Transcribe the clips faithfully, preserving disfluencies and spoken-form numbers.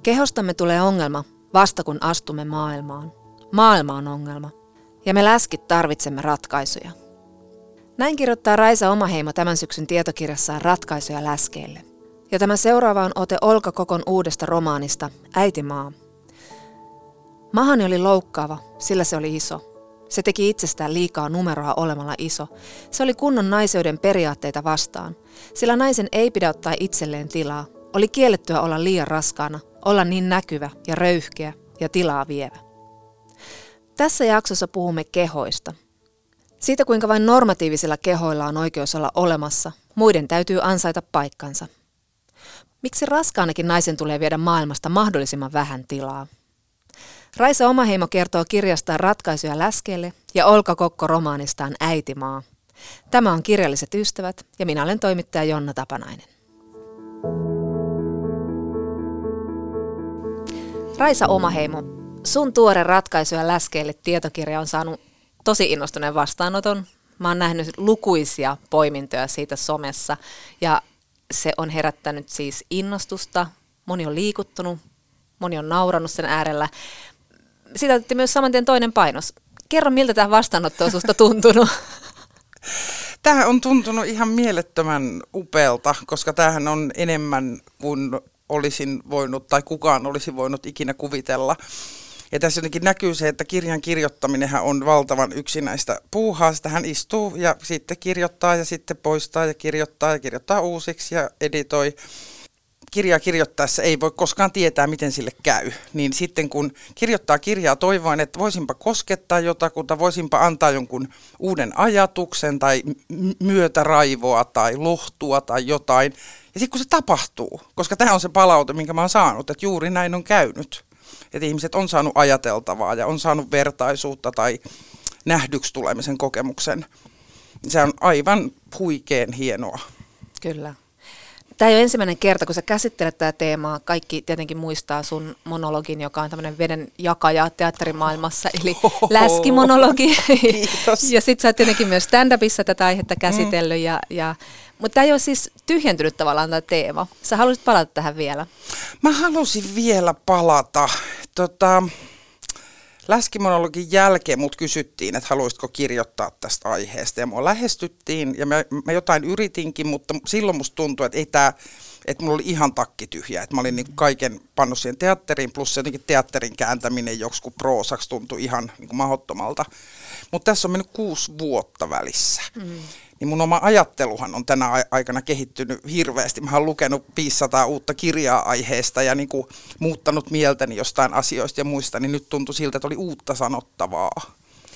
Kehostamme tulee ongelma vasta kun astumme maailmaan. Maailma on ongelma. Ja me läskit tarvitsemme ratkaisuja. Näin kirjoittaa Raisa Omaheimo tämän syksyn tietokirjassaan Ratkaisuja läskeille. Ja tämä seuraava on ote Olka Kokon uudesta romaanista Äitimaa. Mahani oli loukkaava, sillä se oli iso. Se teki itsestään liikaa numeroa olemalla iso. Se oli kunnon naiseuden periaatteita vastaan, sillä naisen ei pidä ottaa itselleen tilaa. Oli kiellettyä olla liian raskaana, olla niin näkyvä ja röyhkeä ja tilaa vievä. Tässä jaksossa puhumme kehoista. Siitä, kuinka vain normatiivisilla kehoilla on oikeus olla olemassa, muiden täytyy ansaita paikkansa. Miksi raskaanakin naisen tulee viedä maailmasta mahdollisimman vähän tilaa? Raisa Omaheimo kertoo kirjastaan Ratkaisuja läskeelle ja Olka Kokko romaanistaan Äitimaa. Tämä on Kirjalliset ystävät ja minä olen toimittaja Jonna Tapanainen. Raisa Omaheimo, sun tuore Ratkaisuja läskeelle -tietokirja on saanut tosi innostuneen vastaanoton. Mä oon nähnyt lukuisia poimintoja siitä somessa ja se on herättänyt siis innostusta. Moni on liikuttunut, moni on naurannut sen äärellä. Siitä otettiin myös saman tien toinen painos. Kerro, miltä tämä vastaanotto on susta tuntunut? Tämä on tuntunut ihan mielettömän upealta, koska tämähän on enemmän kuin olisin voinut tai kukaan olisi voinut ikinä kuvitella. Ja tässä jotenkin näkyy se, että kirjan kirjoittaminenhan on valtavan yksinäistä puuhaa. Sitä hän istuu ja sitten kirjoittaa ja sitten poistaa ja kirjoittaa ja kirjoittaa uusiksi ja editoi. Kirjaa kirjoittaessa ei voi koskaan tietää, miten sille käy. Niin sitten kun kirjoittaa kirjaa toivoen, että voisinpa koskettaa jotakuta, voisinpa antaa jonkun uuden ajatuksen tai myötäraivoa tai lohtua tai jotain. Ja sitten kun se tapahtuu, koska tämä on se palaute, minkä mä oon saanut, että juuri näin on käynyt. Että ihmiset on saanut ajateltavaa ja on saanut vertaisuutta tai nähdyksi tulemisen kokemuksen. Se on aivan huikean hienoa. Kyllä. Tämä ei ole ensimmäinen kerta, kun sä käsittelet tätä teemaa. Kaikki tietenkin muistaa sun monologin, joka on tämmöinen veden jakaja teatterimaailmassa, eli Oho, läskimonologi. Kiitos. Ja sit sä oot tietenkin myös stand-upissa tätä aihetta käsitellyt. Mm. Ja, ja, mutta tämä ei ole siis tyhjentynyt tavallaan tämä teema. Sä haluaisit palata tähän vielä? Mä halusin vielä palata. Tota, läskimonologin jälkeen mut kysyttiin, että haluaisitko kirjoittaa tästä aiheesta. Ja mua lähestyttiin ja mä, mä jotain yritinkin, mutta silloin musta tuntui, että ei tää, että mulla oli ihan takki tyhjä. Että mä olin niin kuin kaiken pannut siihen teatteriin, plus jotenkin teatterin kääntäminen joksikin proosaksi tuntui ihan niin kuin mahdottomalta. Mutta tässä on mennyt kuusi vuotta välissä. Mm. Niin mun oma ajatteluhan on tänä aikana kehittynyt hirveästi. Mä oon lukenut viisisataa uutta kirjaa aiheesta ja niin kuin muuttanut mieltäni jostain asioista ja muista, niin nyt tuntui siltä, että oli uutta sanottavaa.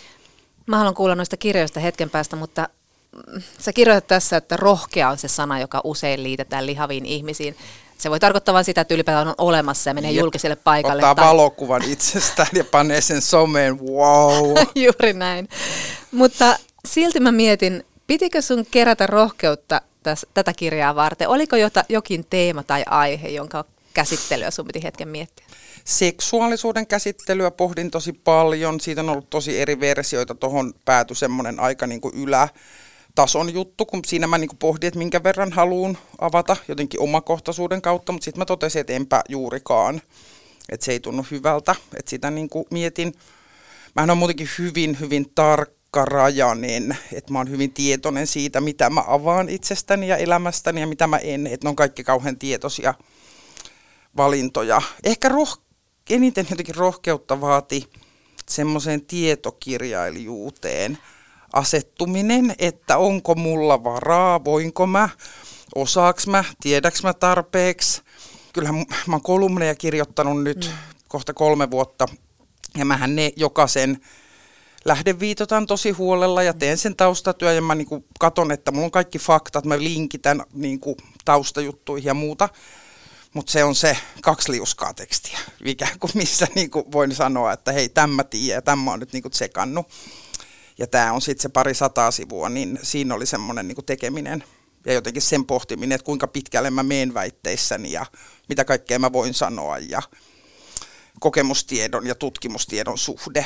Mä haluan kuulla noista kirjoista hetken päästä, mutta sä kirjoitat tässä, että rohkea on se sana, joka usein liitetään lihaviin ihmisiin. Se voi tarkoittaa vain sitä, että ylipäätään on olemassa ja menee Jep. julkiselle paikalle. Ottaa tai valokuvan itsestään ja panee sen someen, wow. Juuri näin. Mutta silti mä mietin, pitikö sun kerätä rohkeutta täs, tätä kirjaa varten? Oliko jota, jokin teema tai aihe, jonka käsittelyä sun piti hetken miettiä? Seksuaalisuuden käsittelyä pohdin tosi paljon. Siitä on ollut tosi eri versioita. Tuohon päätyi semmoinen aika niin kuin ylätason juttu, kun siinä mä niin kuin pohdin, että minkä verran haluan avata jotenkin omakohtaisuuden kautta, mutta sitten mä totesin, että enpä juurikaan. Että se ei tunnu hyvältä, että sitä niin kuin mietin. Mähän on muutenkin hyvin, hyvin tarkka. Rajainen, että mä oon hyvin tietoinen siitä, mitä mä avaan itsestäni ja elämästäni ja mitä mä en, että ne on kaikki kauhean tietoisia valintoja. Ehkä roh- eniten jotenkin rohkeutta vaati semmoiseen tietokirjailijuuteen asettuminen, että onko mulla varaa, voinko mä, osaaks mä, tiedäks mä tarpeeksi. Kyllähän mä oon kolumneja kirjoittanut nyt mm. kohta kolme vuotta ja mähän ne jokaisen lähdeviitotan tosi huolella ja teen sen taustatyö ja mä niinku katon, että mulla on kaikki faktat, mä linkitän niinku taustajuttuihin ja muuta. Mutta se on se kaksi liuskaa tekstiä, ikään kuin missä niinku voin sanoa, että hei, tämä tiedä ja tämä on nyt niinku tsekannut. Ja tämä on sitten se pari sataa sivua, niin siinä oli semmoinen niinku tekeminen ja jotenkin sen pohtiminen, että kuinka pitkälle mä meen väitteissäni ja mitä kaikkea mä voin sanoa ja kokemustiedon ja tutkimustiedon suhde.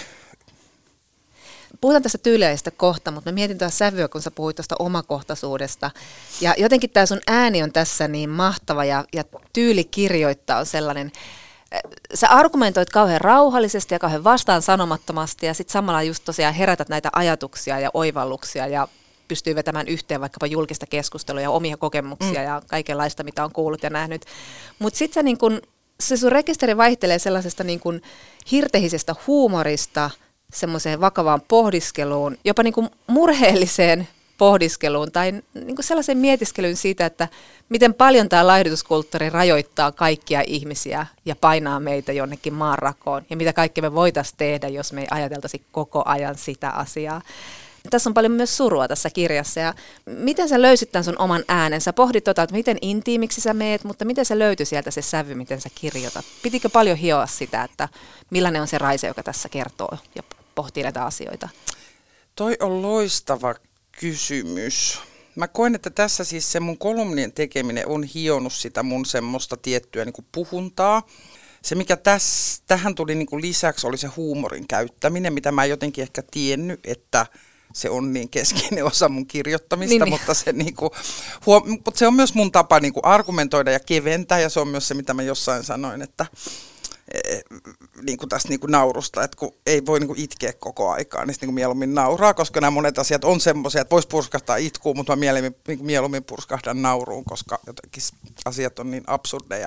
Puhutaan tästä tyyliäistä kohta, mutta mä mietin tuossa sävyä, kun sä puhuit tuosta omakohtaisuudesta. Ja jotenkin tämä sun ääni on tässä niin mahtava ja, ja tyyli kirjoittaa on sellainen, sä argumentoit kauhean rauhallisesti ja kauhean vastaan sanomattomasti ja sitten samalla just tosiaan herätät näitä ajatuksia ja oivalluksia ja pystyy vetämään yhteen vaikkapa julkista keskustelua ja omia kokemuksia mm. ja kaikenlaista, mitä on kuullut ja nähnyt. Mutta sitten se, niin kun, se sun rekisteri vaihtelee sellaisesta niin kun hirtehisestä huumorista semmoiseen vakavaan pohdiskeluun, jopa niin kun murheelliseen pohdiskeluun tai niin kuin sellaisen mietiskelyyn siitä, että miten paljon tämä laihdutuskulttuuri rajoittaa kaikkia ihmisiä ja painaa meitä jonnekin maanrakoon ja mitä kaikkea me voitaisiin tehdä, jos me ei ajateltaisi koko ajan sitä asiaa. Tässä on paljon myös surua tässä kirjassa ja miten sä löysit tämän sun oman äänen? Sä pohdit tota, että miten intiimiksi sä meet, mutta miten se löytyi sieltä se sävy, miten sä kirjoitat? Pitikö paljon hioa sitä, että millainen on se Raisa, joka tässä kertoo ja pohtii näitä asioita? Toi on loistava kysymys. Mä koen, että tässä siis se mun kolumnien tekeminen on hionut sitä mun semmoista tiettyä niin kuin puhuntaa. Se, mikä tässä, tähän tuli niin kuin lisäksi, oli se huumorin käyttäminen, mitä mä en jotenkin ehkä tiennyt, että se on niin keskeinen osa mun kirjoittamista, niin, mutta, se niin kuin, huom- mutta se on myös mun tapa niin kuin argumentoida ja keventää, ja se on myös se, mitä mä jossain sanoin, että niin kuin tästä niin kuin naurusta, että kun ei voi niin kuin itkeä koko aikaa, niin sitten niin mieluummin nauraa, koska nämä monet asiat on semmoisia, että voisi purskahtaa itkuun, mutta mä mieluummin, niin mieluummin purskahdan nauruun, koska jotenkin asiat on niin absurdeja.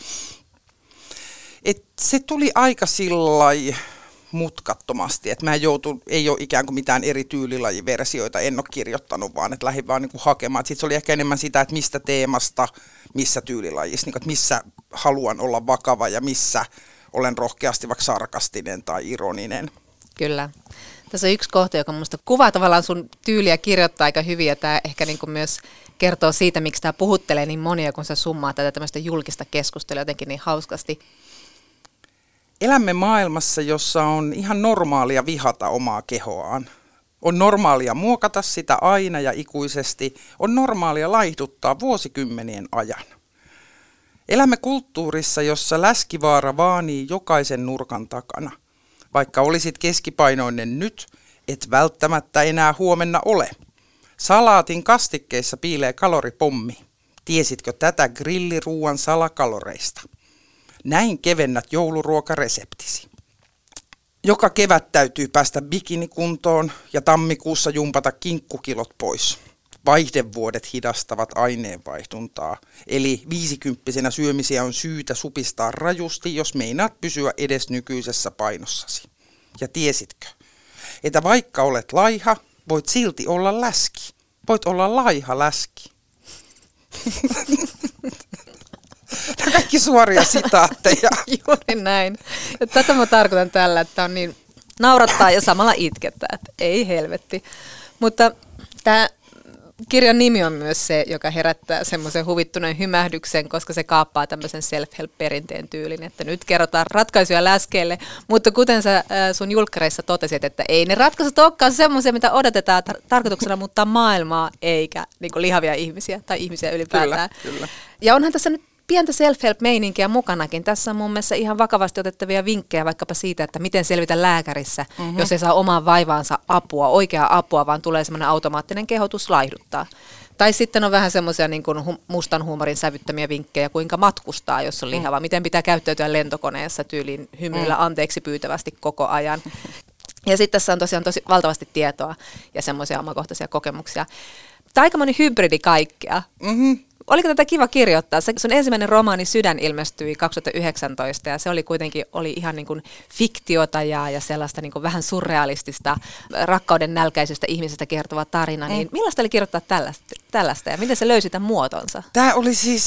Et se tuli aika sillai mutkattomasti, että mä joutun, ei ole ikään kuin mitään eri tyylilajiversioita, en ole kirjoittanut, vaan että lähdin vaan niin kuin hakemaan. Sitten se oli ehkä enemmän sitä, että mistä teemasta, missä tyylilajissa, niin kuin, että missä haluan olla vakava ja missä olen rohkeasti vaikka sarkastinen tai ironinen. Kyllä. Tässä on yksi kohta, joka minusta kuvaa tavallaan sun tyyliä kirjoittaa aika hyvin, ja tämä ehkä niin kuin myös kertoo siitä, miksi tämä puhuttelee niin monia, kun sä summaa tätä tämmöistä julkista keskustelua jotenkin niin hauskasti. Elämme maailmassa, jossa on ihan normaalia vihata omaa kehoaan. On normaalia muokata sitä aina ja ikuisesti. On normaalia laihduttaa vuosikymmenien ajan. Elämme kulttuurissa, jossa läskivaara vaanii jokaisen nurkan takana. Vaikka olisit keskipainoinen nyt, et välttämättä enää huomenna ole. Salaatin kastikkeissa piilee kaloripommi. Tiesitkö tätä grilliruuan salakaloreista? Näin kevennät jouluruokareseptisi. Joka kevät täytyy päästä bikinikuntoon ja tammikuussa jumpata kinkkukilot pois. Vaihdevuodet hidastavat aineenvaihduntaa, eli viisikymppisenä syömisiä on syytä supistaa rajusti, jos meinaat pysyä edes nykyisessä painossasi. Ja tiesitkö, että vaikka olet laiha, voit silti olla läski. Voit olla laiha läski. Nämä kaikki suoria sitaatteja. Juuri näin. Ja tätä mä tarkoitan tällä, että on niin naurattaa ja samalla itkettää, että ei helvetti. Mutta tämä kirjan nimi on myös se, joka herättää semmoisen huvittuneen hymähdyksen, koska se kaappaa tämmöisen self-help-perinteen tyylin, että nyt kerrotaan ratkaisuja läskeille, mutta kuten sä sun julkkareissa totesit, että ei ne ratkaisut olekaan semmoisia, mitä odotetaan tar- tarkoituksena muuttaa maailmaa, eikä niin kuin lihavia ihmisiä tai ihmisiä ylipäätään. Kyllä, kyllä. Ja onhan tässä nyt pientä self-help-meininkiä mukanakin. Tässä on mun mielestä ihan vakavasti otettavia vinkkejä vaikkapa siitä, että miten selvitä lääkärissä, mm-hmm. jos ei saa omaan vaivaansa apua, oikeaa apua, vaan tulee semmoinen automaattinen kehotus laihduttaa. Tai sitten on vähän semmoisia niin kuin mustan huumorin sävyttämiä vinkkejä, kuinka matkustaa, jos on lihava. Mm. Miten pitää käyttäytyä lentokoneessa tyyliin hymyillä mm. anteeksi pyytävästi koko ajan. Ja sitten tässä on tosiaan tosi valtavasti tietoa ja semmoisia omakohtaisia kokemuksia. Tämä on aikamoinen hybridi kaikkea. Mm-hmm. Oliko tätä kiva kirjoittaa? Se sun ensimmäinen romaani Sydän ilmestyi kaksituhattayhdeksäntoista ja se oli kuitenkin oli ihan niin kuin fiktiota ja, ja sellaista niin kuin vähän surrealistista, rakkauden nälkäisestä ihmisestä kertova tarina. Mm. Niin millaista oli kirjoittaa tällaista, tällaista ja miten se löysi tämän muotonsa? Tämä oli siis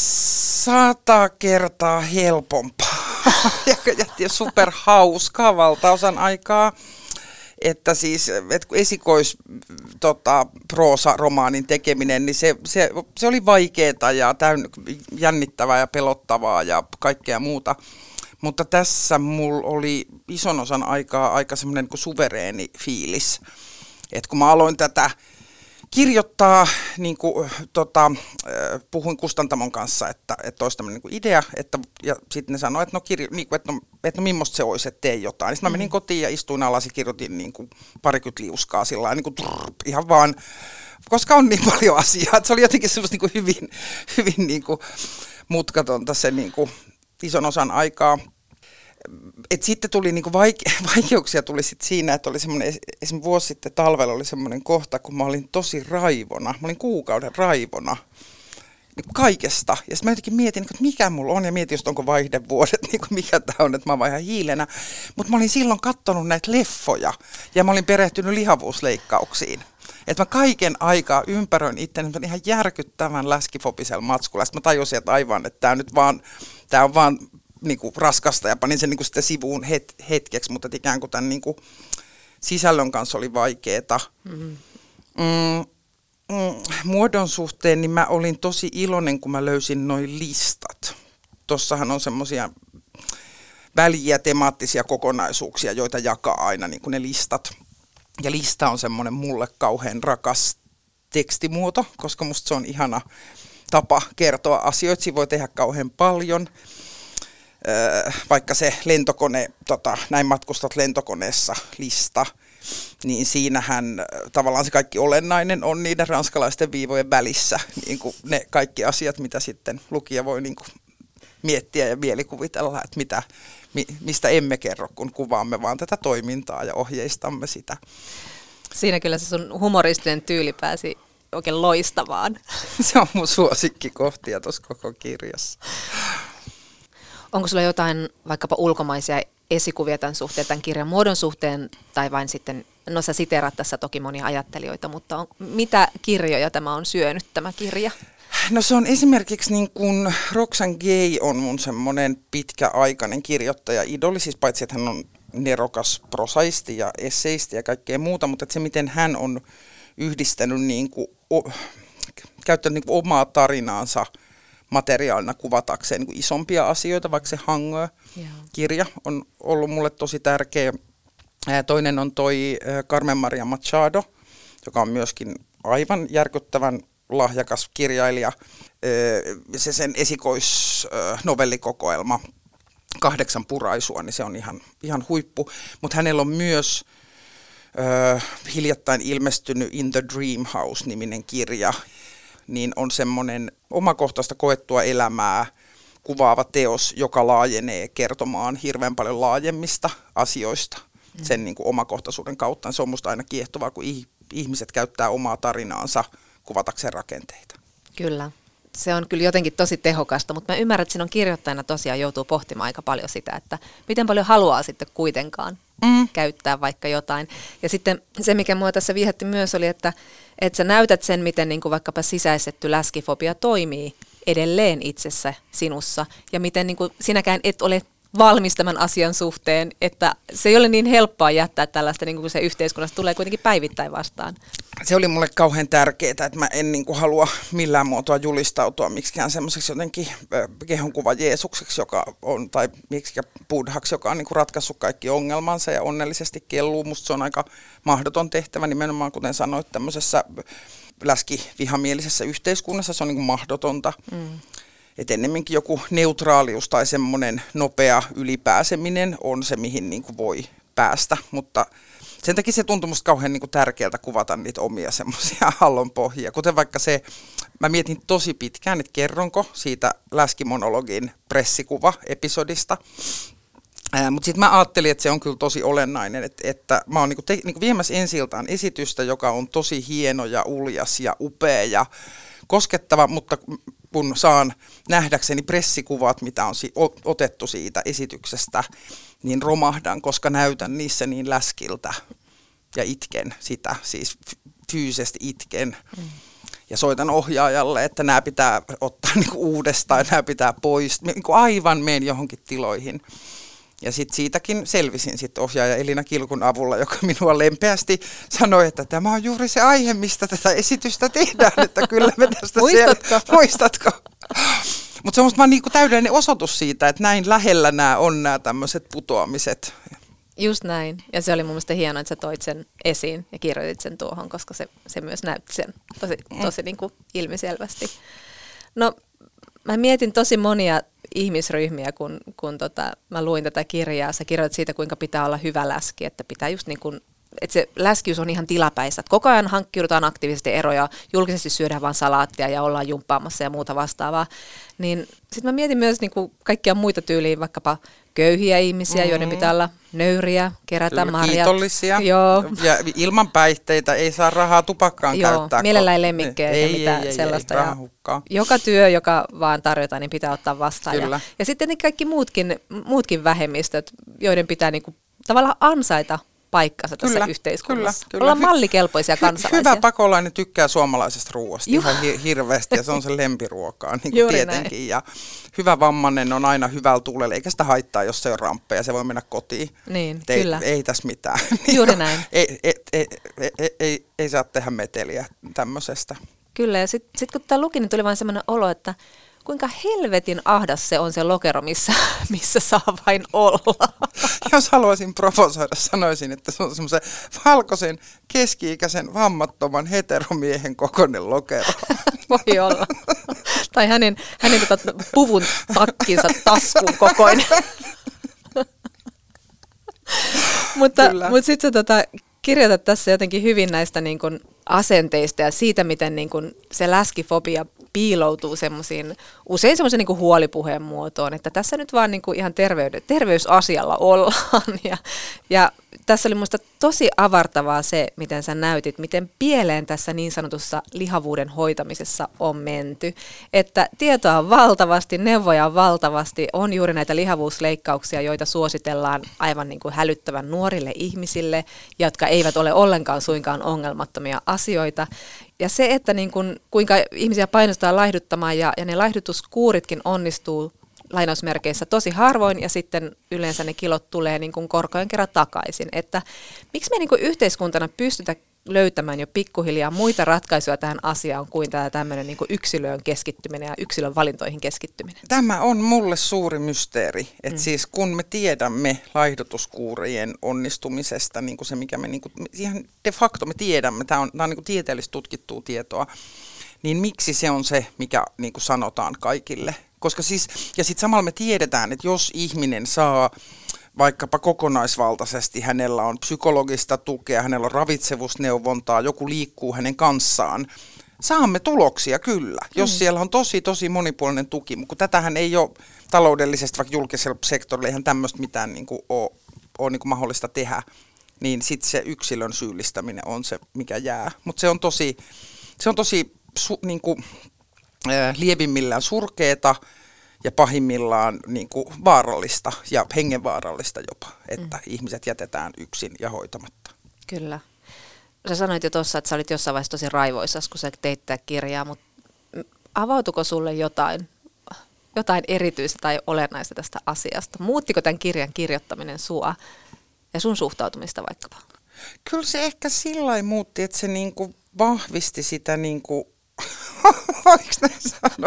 sata kertaa helpompaa ja superhauskaa valtaosan aikaa. Että siis et esikois tota, proosa-romaanin tekeminen, niin se, se, se oli vaikeaa ja täyn, jännittävää ja pelottavaa ja kaikkea muuta. Mutta tässä mulla oli ison osan aikaa aika semmoinen niin suvereeni fiilis. Että kun mä aloin tätä kirjoittaa, niin kuin, tota, puhuin kustantamon kanssa, että, että olisi tämmöinen niin idea, että, ja sitten ne sanoi, että no, kirjo, niin kuin, että no, että no millaista se olisi, että tee jotain. Sitten mä menin kotiin ja istuin alas ja kirjoitin niin kuin parikymmentä liuskaa sillä lailla, niin kuin trrr, ihan vaan, koska on niin paljon asiaa, että se oli jotenkin semmoista niin kuin hyvin, hyvin niin kuin mutkatonta se niin kuin ison osan aikaa. Et sitten tuli niinku vaike- vaikeuksia tuli sit siinä, että oli semmoinen, esimerkiksi vuosi sitten talvella oli semmoinen kohta, kun mä olin tosi raivona. Mä olin kuukauden raivona niin kaikesta. Ja sitten mä jotenkin mietin, että mikä mulla on, ja mietin just onko vaihdevuodet, niin kuin mikä tää on, että mä oon vaan ihan hiilenä. Mutta mä olin silloin katsonut näitä leffoja, ja mä olin perehtynyt lihavuusleikkauksiin. Että mä kaiken aikaa ympäröin itteni ihan järkyttävän läskifobisella matskulla. Sitten mä tajusin, että aivan, että tää nyt vaan, tää on vaan niinku raskasta, ja panin sen niinku sitten sivuun het, hetkeksi, mutta ikään kuin tämän niinku sisällön kanssa oli vaikeeta. Mm-hmm. Mm, mm, muodon suhteen niin mä olin tosi iloinen, kun mä löysin noi listat. Tossahan on semmoisia väliä temaattisia kokonaisuuksia, joita jakaa aina niin kuin ne listat. Ja lista on semmoinen mulle kauhean rakas tekstimuoto, koska musta se on ihana tapa kertoa asioita. Siinä voi tehdä kauhean paljon. Vaikka se lentokone, tota, näin matkustat lentokoneessa lista, niin siinähän tavallaan se kaikki olennainen on niiden ranskalaisten viivojen välissä. Niin kuin ne kaikki asiat, mitä sitten lukija voi niin kuin miettiä ja mielikuvitella, että mitä, mi, mistä emme kerro, kun kuvaamme vaan tätä toimintaa ja ohjeistamme sitä. Siinä kyllä se sun humoristinen tyyli pääsi oikein loistavaan. Se on mun suosikkikohtia tuossa koko kirjassa. Onko sulla jotain vaikkapa ulkomaisia esikuvia tämän suhteen, tämän kirjan muodon suhteen, tai vain sitten, no sä siteerat tässä toki monia ajattelijoita, mutta on, mitä kirjoja tämä on syönyt, tämä kirja? No se on esimerkiksi niin kuin Roxane Gay on mun semmoinen pitkäaikainen kirjoittaja-idoli, siis paitsi että hän on nerokas prosaisti ja esseisti ja kaikkea muuta, mutta se miten hän on yhdistänyt, niin kuin, o, käyttänyt niin kuin omaa tarinaansa materiaalina kuvatakseen niin kuin isompia asioita, vaikka se Hunger-kirja on ollut mulle tosi tärkeä. Toinen on toi Carmen Maria Machado, joka on myöskin aivan järkyttävän lahjakas kirjailija. Se sen esikoisnovellikokoelma Kahdeksan puraisua, niin se on ihan, ihan huippu. Mutta hänellä on myös ö, hiljattain ilmestynyt In the Dream House-niminen kirja, niin on semmoinen omakohtaista koettua elämää kuvaava teos, joka laajenee kertomaan hirveän paljon laajemmista asioista mm. sen niin kuin omakohtaisuuden kautta. Se on musta aina kiehtovaa, kun ihmiset käyttää omaa tarinaansa kuvatakseen rakenteita. Kyllä. Se on kyllä jotenkin tosi tehokasta, mutta mä ymmärrän, että sinun kirjoittajana tosiaan joutuu pohtimaan aika paljon sitä, että miten paljon haluaa sitten kuitenkaan mm. käyttää vaikka jotain. Ja sitten se, mikä mua tässä viehätti myös oli, että, että sä näytät sen, miten niin kuin vaikkapa sisäistetty läskifobia toimii edelleen itsessä sinussa ja miten niin kuin sinäkään et ole valmis tämän asian suhteen, että se ei ole niin helppoa jättää tällaista, niin kuin se yhteiskunnassa tulee kuitenkin päivittäin vastaan. Se oli mulle kauhean tärkeää, että mä en niin kuin halua millään muotoa julistautua miksikään semmoiseksi jotenkin kehonkuva Jeesukseksi, joka on, tai miksikä buddhaksi, joka on niin kuin ratkaissut kaikki ongelmansa ja onnellisesti kelluu. Musta se on aika mahdoton tehtävä nimenomaan, kuten sanoit, tämmöisessä läskivihamielisessä yhteiskunnassa se on niin kuin mahdotonta. Mm. Että ennemminkin joku neutraalius tai semmoinen nopea ylipääseminen on se, mihin niin kuin voi päästä, mutta sen takia se tuntui musta kauhean niin kuin tärkeältä kuvata niitä omia semmoisia hallonpohjia, kuten vaikka se, mä mietin tosi pitkään, että kerronko siitä läskimonologin pressikuva-episodista, mutta sitten mä ajattelin, että se on kyllä tosi olennainen, että, että mä oon niin kuin te, niin kuin viemässä ensi-iltaan esitystä, joka on tosi hieno ja uljas ja upea ja koskettava, mutta kun saan nähdäkseni pressikuvat, mitä on si- otettu siitä esityksestä, niin romahdan, koska näytän niissä niin läskiltä ja itken sitä, siis fyysisesti itken. Mm. Ja soitan ohjaajalle, että nämä pitää ottaa niinku uudestaan, nämä pitää poistaa, niinku aivan menen johonkin tiloihin. Ja sitten siitäkin selvisin sit ohjaaja Elina Kilkun avulla, joka minua lempeästi sanoi, että tämä on juuri se aihe, mistä tätä esitystä tehdään, että kyllä me tästä Muistatko? Sel- Muistatko? Mutta se on musta vaan niinku täydellinen osoitus siitä, että näin lähellä nämä on nämä tämmöiset putoamiset. Just näin. Ja se oli mun mielestä hienoa, että sä toit sen esiin ja kirjoitit sen tuohon, koska se, se myös näytti sen tosi, tosi niin kuin ilmiselvästi. No, mä mietin tosi monia ihmisryhmiä, kun, kun tota, mä luin tätä kirjaa. Sä kirjoitit siitä, kuinka pitää olla hyvä läski, että pitää just niin kuin että se läskiys on ihan tilapäistä. Että koko ajan hankkiudutaan aktiivisesti eroja, julkisesti syödään vaan salaattia ja ollaan jumppaamassa ja muuta vastaavaa. Niin sitten mä mietin myös niin kuin kaikkia muita tyyliä, vaikkapa köyhiä ihmisiä, mm-hmm. joiden pitää olla nöyriä, kerätä marjat. Kiitollisia. Joo. Ja ilman päihteitä ei saa rahaa tupakkaan Joo, käyttää. mielellään lemmikkejä ja mitään ei, ei, sellaista. Ei, ja joka työ, joka vaan tarjotaan, niin pitää ottaa vastaan. Ja, ja sitten kaikki muutkin, muutkin vähemmistöt, joiden pitää niinku tavallaan ansaita paikkansa tässä kyllä, yhteiskunnassa. Kyllä, kyllä. Olla mallikelpoisia kansalaisia. Hyvä pakolainen tykkää suomalaisesta ruoasta Juh. ihan hi- hirveästi ja se on se lempiruokaa niin kuin tietenkin. Näin. Ja hyvä vammainen on aina hyvällä tuulella, eikä sitä haittaa, jos se on ramppeja, se voi mennä kotiin. Niin, ei, kyllä. Ei tässä mitään. Juuri näin. ei, ei, ei, ei, ei, ei saa tehdä meteliä tämmöisestä. Kyllä, ja sitten sit kun tämä luki, niin tuli vain semmoinen olo, että kuinka helvetin ahdas se on se lokero, missä, missä saa vain olla. Jos haluaisin provosoida, sanoisin, että se on semmoisen valkoisen, keski-ikäisen, vammattoman heteromiehen kokoinen lokero. Voi olla. Tai hänen, hänen tota, puvun takkinsa taskun kokoinen. mutta mutta sitten sä tota, kirjoitat tässä jotenkin hyvin näistä niin kun asenteista ja siitä, miten niin kun se läskifobia piiloutuu semmoisiin, usein semmoisen niin kuin huolipuheen muotoon, että tässä nyt vaan niin kuin ihan terveyde, terveysasialla ollaan. Ja, ja tässä oli minusta tosi avartavaa se, miten sä näytit, miten pieleen tässä niin sanotussa lihavuuden hoitamisessa on menty. Että tietoa on valtavasti, neuvoja on valtavasti, on juuri näitä lihavuusleikkauksia, joita suositellaan aivan niin kuin hälyttävän nuorille ihmisille, jotka eivät ole ollenkaan suinkaan ongelmattomia asioita. Ja se, että niin kuin, kuinka ihmisiä painostaa laihduttamaan ja, ja ne laihdutuskuuritkin onnistuu lainausmerkeissä tosi harvoin ja sitten yleensä ne kilot tulee niin kuin korkojen kerran takaisin. Että miksi me niin kuin yhteiskuntana pystytä löytämään jo pikkuhiljaa muita ratkaisuja tähän asiaan kuin tämä tämmöinen niin kuin yksilöön keskittyminen ja yksilön valintoihin keskittyminen? Tämä on mulle suuri mysteeri, että mm. siis kun me tiedämme laihdutuskuurien onnistumisesta, niin kuin se mikä me niin kuin, ihan de facto me tiedämme, tämä on, tämä on niin kuin tieteellisesti tutkittua tietoa, niin miksi se on se, mikä niin kuin sanotaan kaikille? Koska siis, ja sitten samalla me tiedetään, että jos ihminen saa vaikkapa kokonaisvaltaisesti, hänellä on psykologista tukea, hänellä on ravitsemusneuvontaa, joku liikkuu hänen kanssaan, saamme tuloksia kyllä, jos mm. siellä on tosi, tosi monipuolinen tuki, mutta tätähän ei ole taloudellisesti, vaikka julkisella sektorilla eihän tämmöistä mitään niin kuin ole, ole niin kuin mahdollista tehdä, niin sitten se yksilön syyllistäminen on se, mikä jää. Mutta se on tosi, se on tosi su, niin kuin, äh, lievimmillään surkeeta ja pahimmillaan niin kuin vaarallista ja hengenvaarallista jopa, että mm. ihmiset jätetään yksin ja hoitamatta. Kyllä. Sä sanoit jo tuossa, että sä olit jossain vaiheessa tosi raivoissasi, kun sä teit tätä kirjaa, mutta avautuiko sulle jotain, jotain erityistä tai olennaista tästä asiasta? Muuttiko tämän kirjan kirjoittaminen sua ja sun suhtautumista vaikkapa? Kyllä se ehkä sillä lailla muutti, että se niinku vahvisti sitä, niinku, voiko näin sanoa,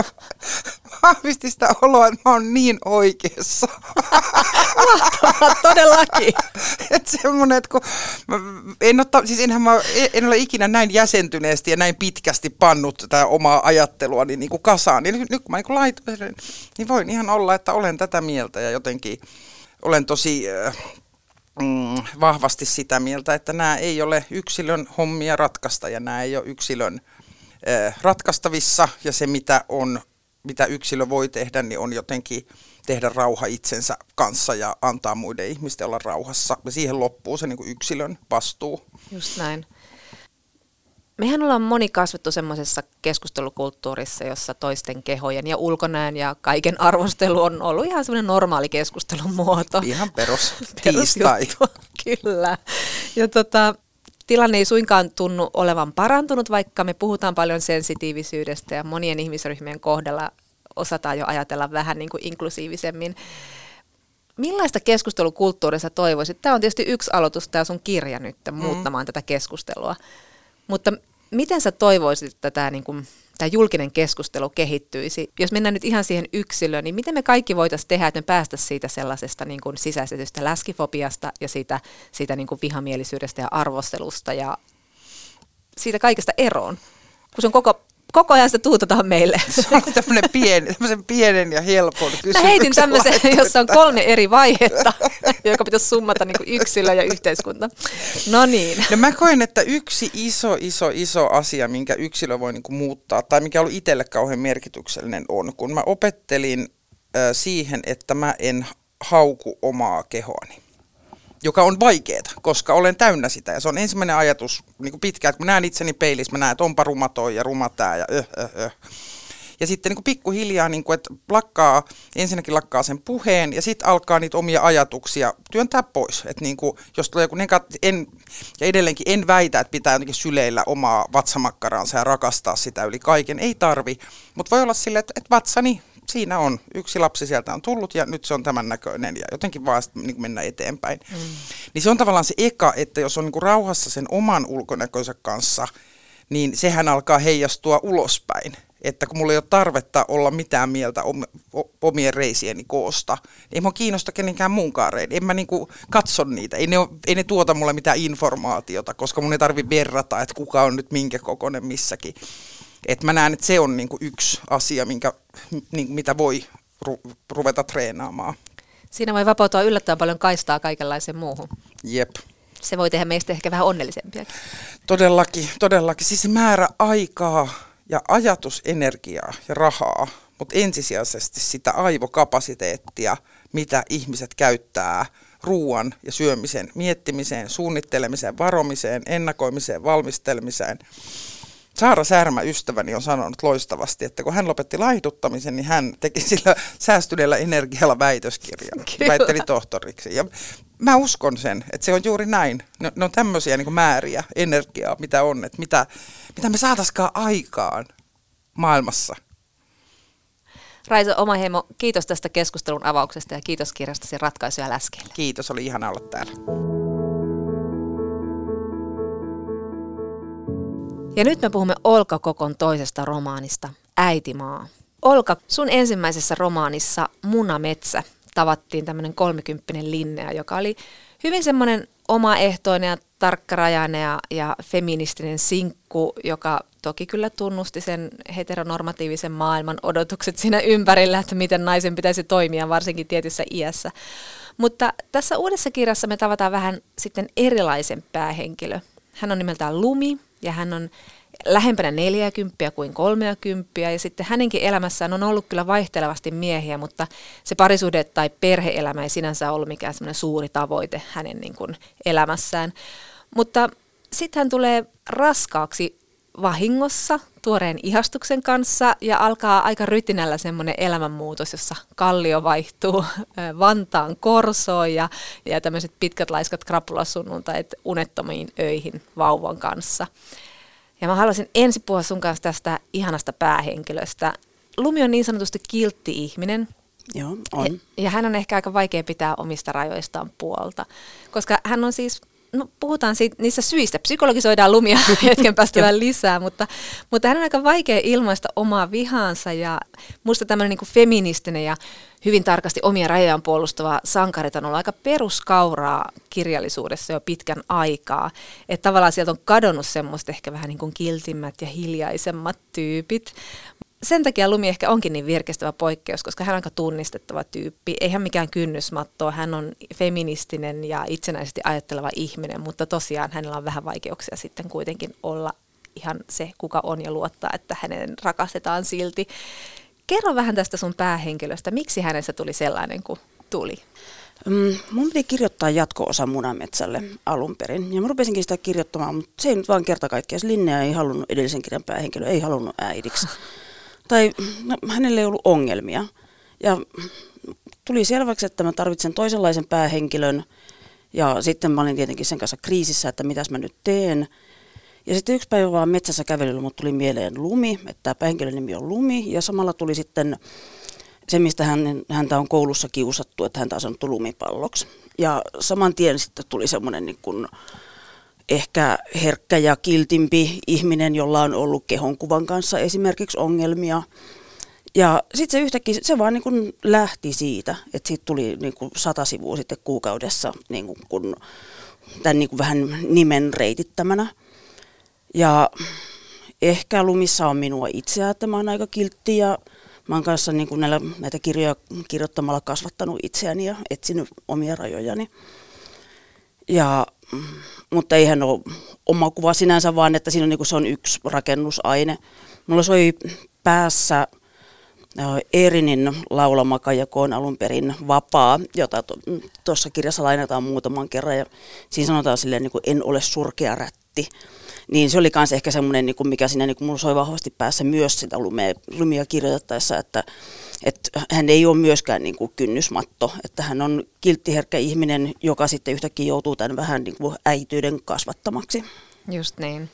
vahvisti sitä oloa, että mä oon niin oikeassa. Mahtavaa, todellakin. Että semmoinen, että kun en, ole, siis enhän mä, en ole ikinä näin jäsentyneesti ja näin pitkästi pannut tätä omaa ajattelua niin, niin kuin kasaan. Niin nyt kun mä niin laitoin, niin voin ihan olla, että olen tätä mieltä ja jotenkin olen tosi äh, mm, vahvasti sitä mieltä, että nämä ei ole yksilön hommia ratkaista ja nämä ei ole yksilön äh, ratkaistavissa ja se mitä on, mitä yksilö voi tehdä, niin on jotenkin tehdä rauha itsensä kanssa ja antaa muiden ihmisten olla rauhassa. Ja siihen loppuu se niin kuin yksilön vastuu. Just näin. Mehän ollaan moni kasvettu semmoisessa keskustelukulttuurissa, jossa toisten kehojen ja ulkonäön ja kaiken arvostelu on ollut ihan semmoinen normaali keskustelun muoto. Ihan perus tiistai. Kyllä. Ja tota, tilanne ei suinkaan tunnu olevan parantunut, vaikka me puhutaan paljon sensitiivisyydestä ja monien ihmisryhmien kohdalla osataan jo ajatella vähän niin kuin inklusiivisemmin. Millaista keskustelukulttuuria sä toivoisit? Tämä on tietysti yksi aloitus, tämä sun kirja nyt, muuttamaan mm. tätä keskustelua. Mutta miten sä toivoisit, että tämä, niin kuin, tämä julkinen keskustelu kehittyisi? Jos mennään nyt ihan siihen yksilöön, niin miten me kaikki voitaisiin tehdä, että me päästäisiin siitä sellaisesta niin kuin sisäisetystä läskifobiasta ja siitä, siitä niin kuin vihamielisyydestä ja arvostelusta ja siitä kaikesta eroon? Kun se on koko koko ajan sitä tuutetaan meille. Se on tämmöinen pieni, tämmöisen pienen ja helpon kysymyksen. Mä heitin tämmöisen, jossa on kolme eri vaihetta, joka pitäisi summata niin kuin yksilö ja yhteiskunta. No niin. No mä koen, että yksi iso, iso, iso asia, minkä yksilö voi niin kuin muuttaa, tai mikä oli itselle kauhean merkityksellinen on, kun mä opettelin äh, siihen, että mä en hauku omaa kehoani, joka on vaikeaa, koska olen täynnä sitä. Ja se on ensimmäinen ajatus niin kuin pitkään, että kun mä näen itseni peilissä, mä näen, että onpa ruma toi ja ruma tää ja öh, öh, öh. Ja sitten niin kuin pikkuhiljaa, niin kuin, että lakkaa, ensinnäkin lakkaa sen puheen ja sitten alkaa niitä omia ajatuksia työntää pois. Että niin kuin, jos tulee joku negat- en, ja edelleenkin en väitä, että pitää jotenkin syleillä omaa vatsamakkaraansa ja rakastaa sitä yli kaiken. Ei tarvi, mutta voi olla silleen, että, että vatsani, siinä on. Yksi lapsi sieltä on tullut ja nyt se on tämän näköinen ja jotenkin vaan niin mennä eteenpäin. Mm. Niin se on tavallaan se eka, että jos on niin kuin rauhassa sen oman ulkonäkönsä kanssa, niin sehän alkaa heijastua ulospäin. Että kun mulla ei ole tarvetta olla mitään mieltä omien reisieni koosta, niin ei mua kiinnosta kenenkään muunkaan reini. En mä niinku katso niitä. Ei ne, ole, ei ne tuota mulle mitään informaatiota, koska mun ei tarvitse verrata, että kuka on nyt minkä kokoinen missäkin. Et mä näen, että se on niinku yksi asia, minkä, niin, mitä voi ru- ruveta treenaamaan. Siinä voi vapautua yllättävän paljon kaistaa kaikenlaiseen muuhun. Jep. Se voi tehdä meistä ehkä vähän onnellisempiakin. Todellakin, todellakin. Siis se määrä aikaa ja ajatusenergiaa ja rahaa, mutta ensisijaisesti sitä aivokapasiteettia, mitä ihmiset käyttää ruoan ja syömisen miettimiseen, suunnittelemiseen, varomiseen, ennakoimiseen, valmistelemiseen. Saara Särmä, ystäväni, on sanonut loistavasti, että kun hän lopetti laihduttamisen, niin hän teki sillä säästyneellä energialla väitöskirjan, Kyllä. väitteli tohtoriksi. Ja mä uskon sen, että se on juuri näin. Ne, ne on tämmöisiä niin kuin määriä, energiaa, mitä on, että mitä, mitä me saataisikaan aikaan maailmassa. Raiso Omaheimo, kiitos tästä keskustelun avauksesta ja kiitos kirjastasi Ratkaisuja läskeille. Kiitos, oli ihana olla täällä. Ja nyt me puhumme Olka Kokon toisesta romaanista, Äitimaa. Olka, sun ensimmäisessä romaanissa Munametsä tavattiin tämmöinen kolmekymppinen Linnea, joka oli hyvin semmoinen omaehtoinen ja tarkkarajainen ja, ja feministinen sinkku, joka toki kyllä tunnusti sen heteronormatiivisen maailman odotukset siinä ympärillä, että miten naisen pitäisi toimia, varsinkin tietyssä iässä. Mutta tässä uudessa kirjassa me tavataan vähän sitten erilaisen päähenkilö. Hän on nimeltään Lumi ja hän on lähempänä neljäkymppiä kuin kolmeakymppiä ja sitten hänenkin elämässään on ollut kyllä vaihtelevasti miehiä, mutta se parisuhde tai perhe-elämä ei sinänsä ollut mikään semmoinen suuri tavoite hänen niin kuin elämässään. Mutta sitten hän tulee raskaaksi vahingossa tuoreen ihastuksen kanssa ja alkaa aika rytinällä semmoinen elämänmuutos, jossa kallio vaihtuu Vantaan Korsoon ja, ja tämmöiset pitkät laiskat krapulasunnuntait unettomiin öihin vauvan kanssa. Ja mä haluaisin ensin puhua sun kanssa tästä ihanasta päähenkilöstä. Lumi on niin sanotusti kiltti ihminen. Joo, on. Ja hän on ehkä aika vaikea pitää omista rajoistaan puolta, koska hän on siis, no puhutaan siitä, niistä syistä, psykologisoidaan Lumia hetken päästä vähän lisää, mutta, mutta hän on aika vaikea ilmaista omaa vihaansa ja musta tämmöinen niin kuin feministinen ja hyvin tarkasti omia rajojaan puolustava sankarit on ollut aika peruskauraa kirjallisuudessa jo pitkän aikaa. Että tavallaan sieltä on kadonnut semmoista ehkä vähän niin kuin kiltimmät ja hiljaisemmat tyypit. Sen takia Lumi ehkä onkin niin virkistävä poikkeus, koska hän on aika tunnistettava tyyppi. Ei hän mikään kynnysmatto, hän on feministinen ja itsenäisesti ajatteleva ihminen, mutta tosiaan hänellä on vähän vaikeuksia sitten kuitenkin olla ihan se, kuka on ja luottaa, että hänen rakastetaan silti. Kerro vähän tästä sun päähenkilöstä. Miksi hänestä tuli sellainen kuin tuli? Mm, mun piti kirjoittaa jatko-osa Munametsälle alun perin. Ja mä rupesinkin sitä kirjoittamaan, mutta se ei nyt vaan kerta kaikkiaan. Linnea ei halunnut edellisen kirjan päähenkilö, ei halunnut äidiksi. Tai no, hänelle ei ollut ongelmia. Ja tuli selväksi, että mä tarvitsen toisenlaisen päähenkilön. Ja sitten mä olin tietenkin sen kanssa kriisissä, että mitäs mä nyt teen. Ja sitten yksi päivä vaan metsässä kävelyllä mut tuli mieleen Lumi, että tämä päähenkilön nimi on Lumi. Ja samalla tuli sitten se, mistä hän, häntä on koulussa kiusattu, että häntä on sanottu lumipalloksi. Ja saman tien sitten tuli semmoinen niin kuin ehkä herkkä ja kiltimpi ihminen, jolla on ollut kehonkuvan kanssa esimerkiksi ongelmia. Ja sitten se yhtäkkiä, se vaan niin kuin lähti siitä, että siitä tuli niin kuin sata sivua sitten kuukaudessa niin kuin kun, tämän niin kuin vähän nimen reitittämänä. Ja ehkä Lumissa on minua itseä, että mä oon aika kiltti ja mä oon kanssa niin kuin näillä, näitä kirjoja kirjoittamalla kasvattanut itseäni ja etsinyt omia rajojani. Ja, mutta eihän ole oma kuva sinänsä, vaan että siinä on, niin kuin se on yksi rakennusaine. Mulla soi päässä Eerinin laulama Kajakoon alun perin Vapaa, jota tuossa kirjassa lainataan muutaman kerran. Ja siinä sanotaan silleen, niin kuin en ole surkea rätti. Niin se oli myös ehkä semmoinen, niin kuin mikä siinä niin kuin mulla soi vahvasti päässä myös sitä lumea, lumia kirjoitettaessa, että, että hän ei ole myöskään niin kuin kynnysmatto. Että hän on kilttiherkkä ihminen, joka sitten yhtäkkiä joutuu tämän vähän niin kuin äityyden kasvattamaksi. Just niin.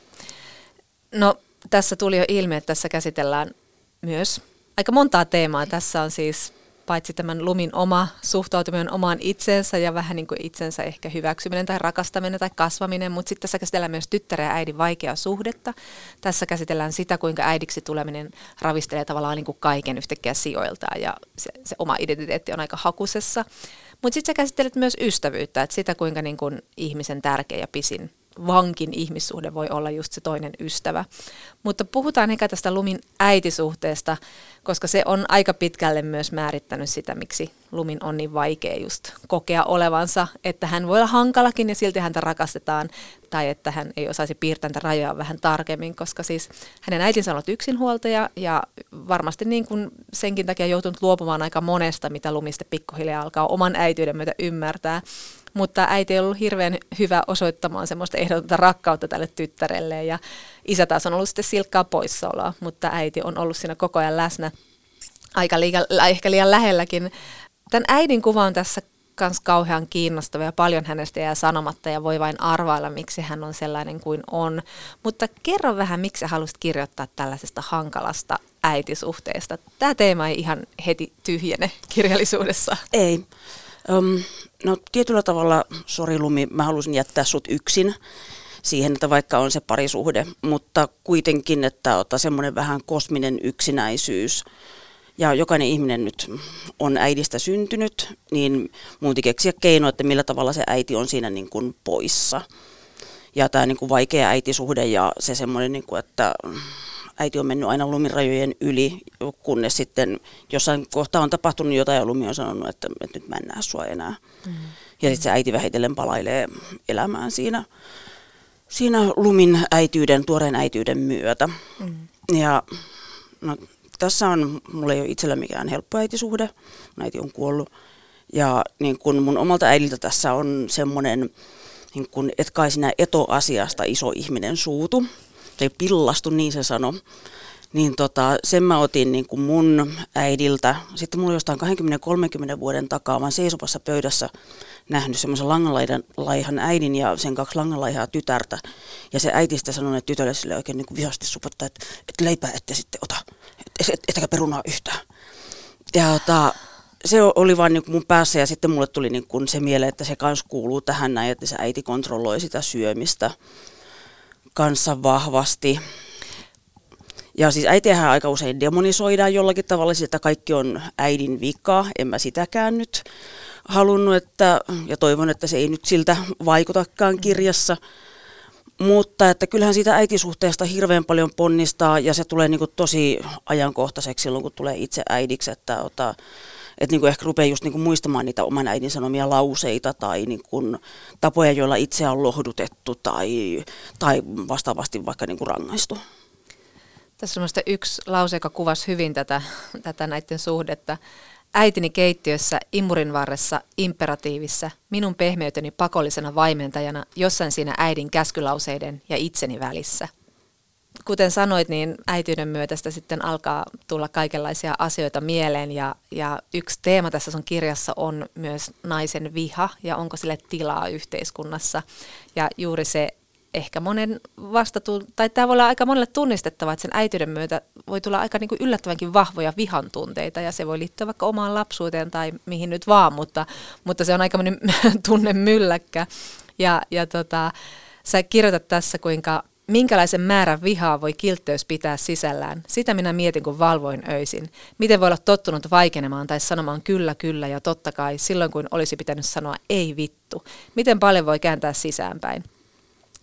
No tässä tuli jo ilmi, että tässä käsitellään myös aika montaa teemaa. Tässä on siis paitsi tämän Lumin oma suhtautuminen omaan itseensä ja vähän niin kuin itsensä ehkä hyväksyminen tai rakastaminen tai kasvaminen, mutta sitten tässä käsitellään myös tyttären ja äidin vaikeaa suhdetta. Tässä käsitellään sitä, kuinka äidiksi tuleminen ravistelee tavallaan niin kuin kaiken yhtäkkiä sijoiltaan ja se, se oma identiteetti on aika hakusessa. Mutta sitten sä käsittelet myös ystävyyttä, että sitä kuinka niin kuin ihmisen tärkeä ja pisin vankin ihmissuhde voi olla just se toinen ystävä. Mutta puhutaan ehkä tästä Lumin äitisuhteesta, koska se on aika pitkälle myös määrittänyt sitä, miksi Lumin on niin vaikea just kokea olevansa, että hän voi olla hankalakin ja silti häntä rakastetaan, tai että hän ei osaisi piirtää niitä rajoja vähän tarkemmin, koska siis hänen äitinsä on ollut yksinhuoltaja ja varmasti niin kuin senkin takia joutunut luopumaan aika monesta, mitä Lumi sitten pikkuhiljaa alkaa oman äityyden myötä ymmärtää. Mutta äiti ei ollut hirveän hyvä osoittamaan semmoista ehdotonta rakkautta tälle tyttärelle ja isä taas on ollut sitten silkkaa poissaoloa, mutta äiti on ollut siinä koko ajan läsnä, aika liian, ehkä liian lähelläkin. Tämän äidin kuva on tässä myös kauhean kiinnostava ja paljon hänestä jää sanomatta ja voi vain arvailla, miksi hän on sellainen kuin on. Mutta kerro vähän, miksi sä halusit kirjoittaa tällaisesta hankalasta äitisuhteesta. Tämä teema ei ihan heti tyhjene kirjallisuudessa. Ei. Um, no tietyllä tavalla, sori Lumi, mä halusin jättää sut yksin siihen, että vaikka on se parisuhde, mutta kuitenkin, että ottaa semmoinen vähän kosminen yksinäisyys. Ja jokainen ihminen nyt on äidistä syntynyt, niin mun keksiä keino, että millä tavalla se äiti on siinä niin kuin poissa. Ja tämä niin kuin vaikea äitisuhde ja se semmoinen, niin kuin, että äiti on mennyt aina Lumin rajojen yli, kunnes sitten jossain kohtaa on tapahtunut jotain ja Lumi on sanonut, että, että nyt mä en näe sua enää. Mm-hmm. Ja sitten se äiti vähitellen palailee elämään siinä, siinä Lumin äityyden, tuoreen äityyden myötä. Mm-hmm. Ja no, tässä on, mulla ei ole itsellä mikään helppo äitisuhde, mun äiti on kuollut. Ja niin kun mun omalta äidiltä tässä on semmoinen, niin kun, et kai sinä etoasiasta iso ihminen suutu. Se ei pillastu, niin se sanoi. Niin tota, sen mä otin niin kuin mun äidiltä. Sitten mulla jostain kaksikymmentä kolmekymmentä vuoden takaa, mä oon seisovassa pöydässä nähnyt semmoisen langanlaihan äidin ja sen kaksi langanlaihaa tytärtä. Ja se äiti sitten sanoi, että tytölle sille oikein niin kuin vihasti supottaa, että, että leipää ette sitten ota, et, et, ettäkä perunaa yhtään. Ja tota, se oli vaan niin kuin mun päässä ja sitten mulle tuli niin kuin se mieleen, että se kans kuuluu tähän näin, että se äiti kontrolloi sitä syömistä kanssa vahvasti. Ja siis äitiähän aika usein demonisoidaan jollakin tavalla, että kaikki on äidin vika, en mä sitäkään nyt halunnut, että, ja toivon, että se ei nyt siltä vaikutakaan kirjassa. Mutta että kyllähän siitä äitisuhteesta hirveän paljon ponnistaa, ja se tulee niin kuin tosi ajankohtaiseksi silloin, kun tulee itse äidiksi, että, ota, että niin kuin ehkä rupeaa just niin kuin muistamaan niitä oman äidin sanomia lauseita tai niin kuin tapoja, joilla itseä on lohdutettu tai, tai vastaavasti vaikka niin kuin rangaistu. Tässä on yksi lause, joka kuvasi hyvin tätä, tätä näiden suhdetta. Äitini keittiössä, imurin varressa, imperatiivissa, minun pehmeyteni pakollisena vaimentajana, jossain siinä äidin käskylauseiden ja itseni välissä. Kuten sanoit, niin äityyden myötä sitten alkaa tulla kaikenlaisia asioita mieleen ja, ja yksi teema tässä sun kirjassa on myös naisen viha ja onko sille tilaa yhteiskunnassa. Ja juuri se ehkä monen vastatun, tai tämä voi olla aika monelle tunnistettava, että sen äityyden myötä voi tulla aika niin kuin yllättävänkin vahvoja vihan tunteita ja se voi liittyä vaikka omaan lapsuuteen tai mihin nyt vaan, mutta, mutta se on aika monen tunne mylläkkä. Ja, ja tota, sä kirjoitat tässä, kuinka minkälaisen määrän vihaa voi kiltteys pitää sisällään. Sitä minä mietin, kun valvoin öisin. Miten voi olla tottunut vaikenemaan tai sanomaan kyllä, kyllä ja totta kai silloin, kun olisi pitänyt sanoa ei vittu. Miten paljon voi kääntää sisäänpäin.